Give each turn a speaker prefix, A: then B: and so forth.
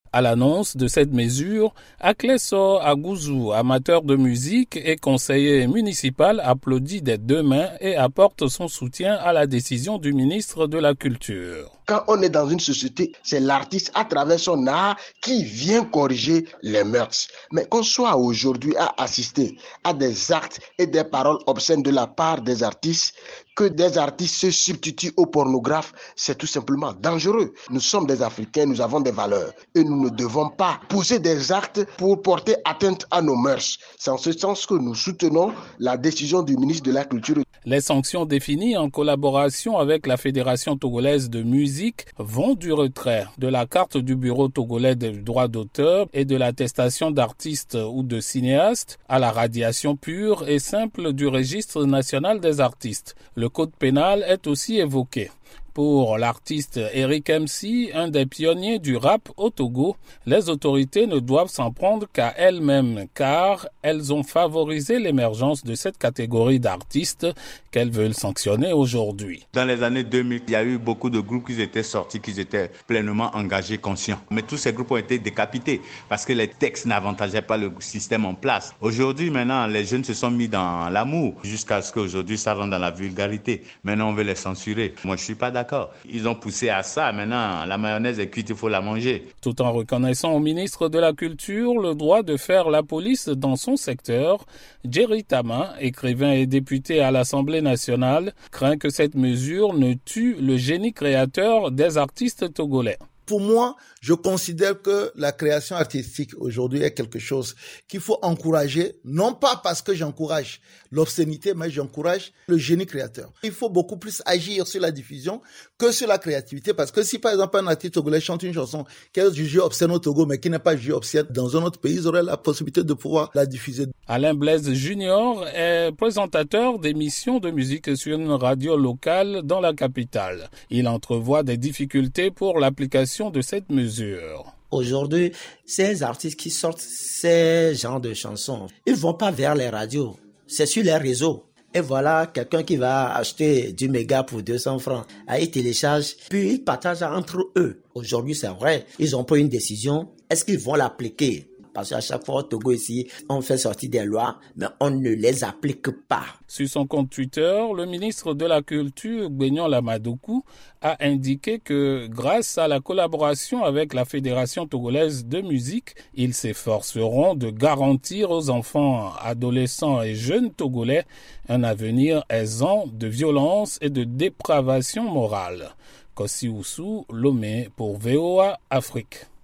A: À l'annonce de cette mesure, Akleso Agouzou, amateur de musique et conseiller municipal, applaudit des deux mains et apporte son soutien à la décision du ministre de la Culture.
B: Quand on est dans une société, c'est l'artiste à travers son art qui vient corriger les mœurs. Mais qu'on soit aujourd'hui à assister à des actes et des paroles obscènes de la part des artistes, que des artistes se substituent aux pornographes, c'est tout simplement dangereux. Nous sommes des Africains, nous avons des valeurs et nous ne devons pas poser des actes pour porter atteinte à nos mœurs. C'est en ce sens que nous soutenons la décision du ministre de la Culture.
A: Les sanctions définies en collaboration avec la Fédération togolaise de musique vont du retrait de la carte du bureau togolais des droits d'auteur et de l'attestation d'artiste ou de cinéaste à la radiation pure et simple du registre national des artistes. Le code pénal est aussi évoqué. Pour l'artiste Eric MC, un des pionniers du rap au Togo, les autorités ne doivent s'en prendre qu'à elles-mêmes car elles ont favorisé l'émergence de cette catégorie d'artistes qu'elles veulent sanctionner aujourd'hui.
C: Dans les années 2000, il y a eu beaucoup de groupes qui étaient sortis, qui étaient pleinement engagés, conscients. Mais tous ces groupes ont été décapités parce que les textes n'avantageaient pas le système en place. Aujourd'hui, maintenant, les jeunes se sont mis dans l'amour jusqu'à ce qu'aujourd'hui, ça rentre dans la vulgarité. Maintenant, on veut les censurer. Moi, je suis pas d'accord. Ils ont poussé à ça. Maintenant, la mayonnaise est cuite, il faut la manger.
A: Tout en reconnaissant au ministre de la Culture le droit de faire la police dans son secteur, Jerry Tama, écrivain et député à l'Assemblée nationale, craint que cette mesure ne tue le génie créateur des artistes togolais.
D: Pour moi, je considère que la création artistique aujourd'hui est quelque chose qu'il faut encourager, non pas parce que j'encourage l'obscénité, mais j'encourage le génie créateur. Il faut beaucoup plus agir sur la diffusion que sur la créativité, parce que si par exemple un artiste togolais chante une chanson qui est jugée obscène au Togo, mais qui n'est pas jugée obscène dans un autre pays, ils auraient la possibilité de pouvoir la diffuser.
A: Alain Blaise Junior est présentateur d'émissions de musique sur une radio locale dans la capitale. Il entrevoit des difficultés pour l'application de cette mesure.
E: Aujourd'hui, ces artistes qui sortent ces genres de chansons, ils vont pas vers les radios, c'est sur les réseaux. Et voilà quelqu'un qui va acheter du méga pour 200 francs. Il télécharge, puis ils partagent entre eux. Aujourd'hui, c'est vrai, ils ont pris une décision. Est-ce qu'ils vont l'appliquer? Parce qu'à chaque fois au Togo ici, on fait sortir des lois, mais on ne les applique pas.
A: Sur son compte Twitter, le ministre de la Culture, Gbegnon Lamadoukou, a indiqué que grâce à la collaboration avec la Fédération togolaise de musique, ils s'efforceront de garantir aux enfants, adolescents et jeunes togolais un avenir exempt de violence et de dépravation morale. Kossi Oussou, Lomé pour VOA Afrique.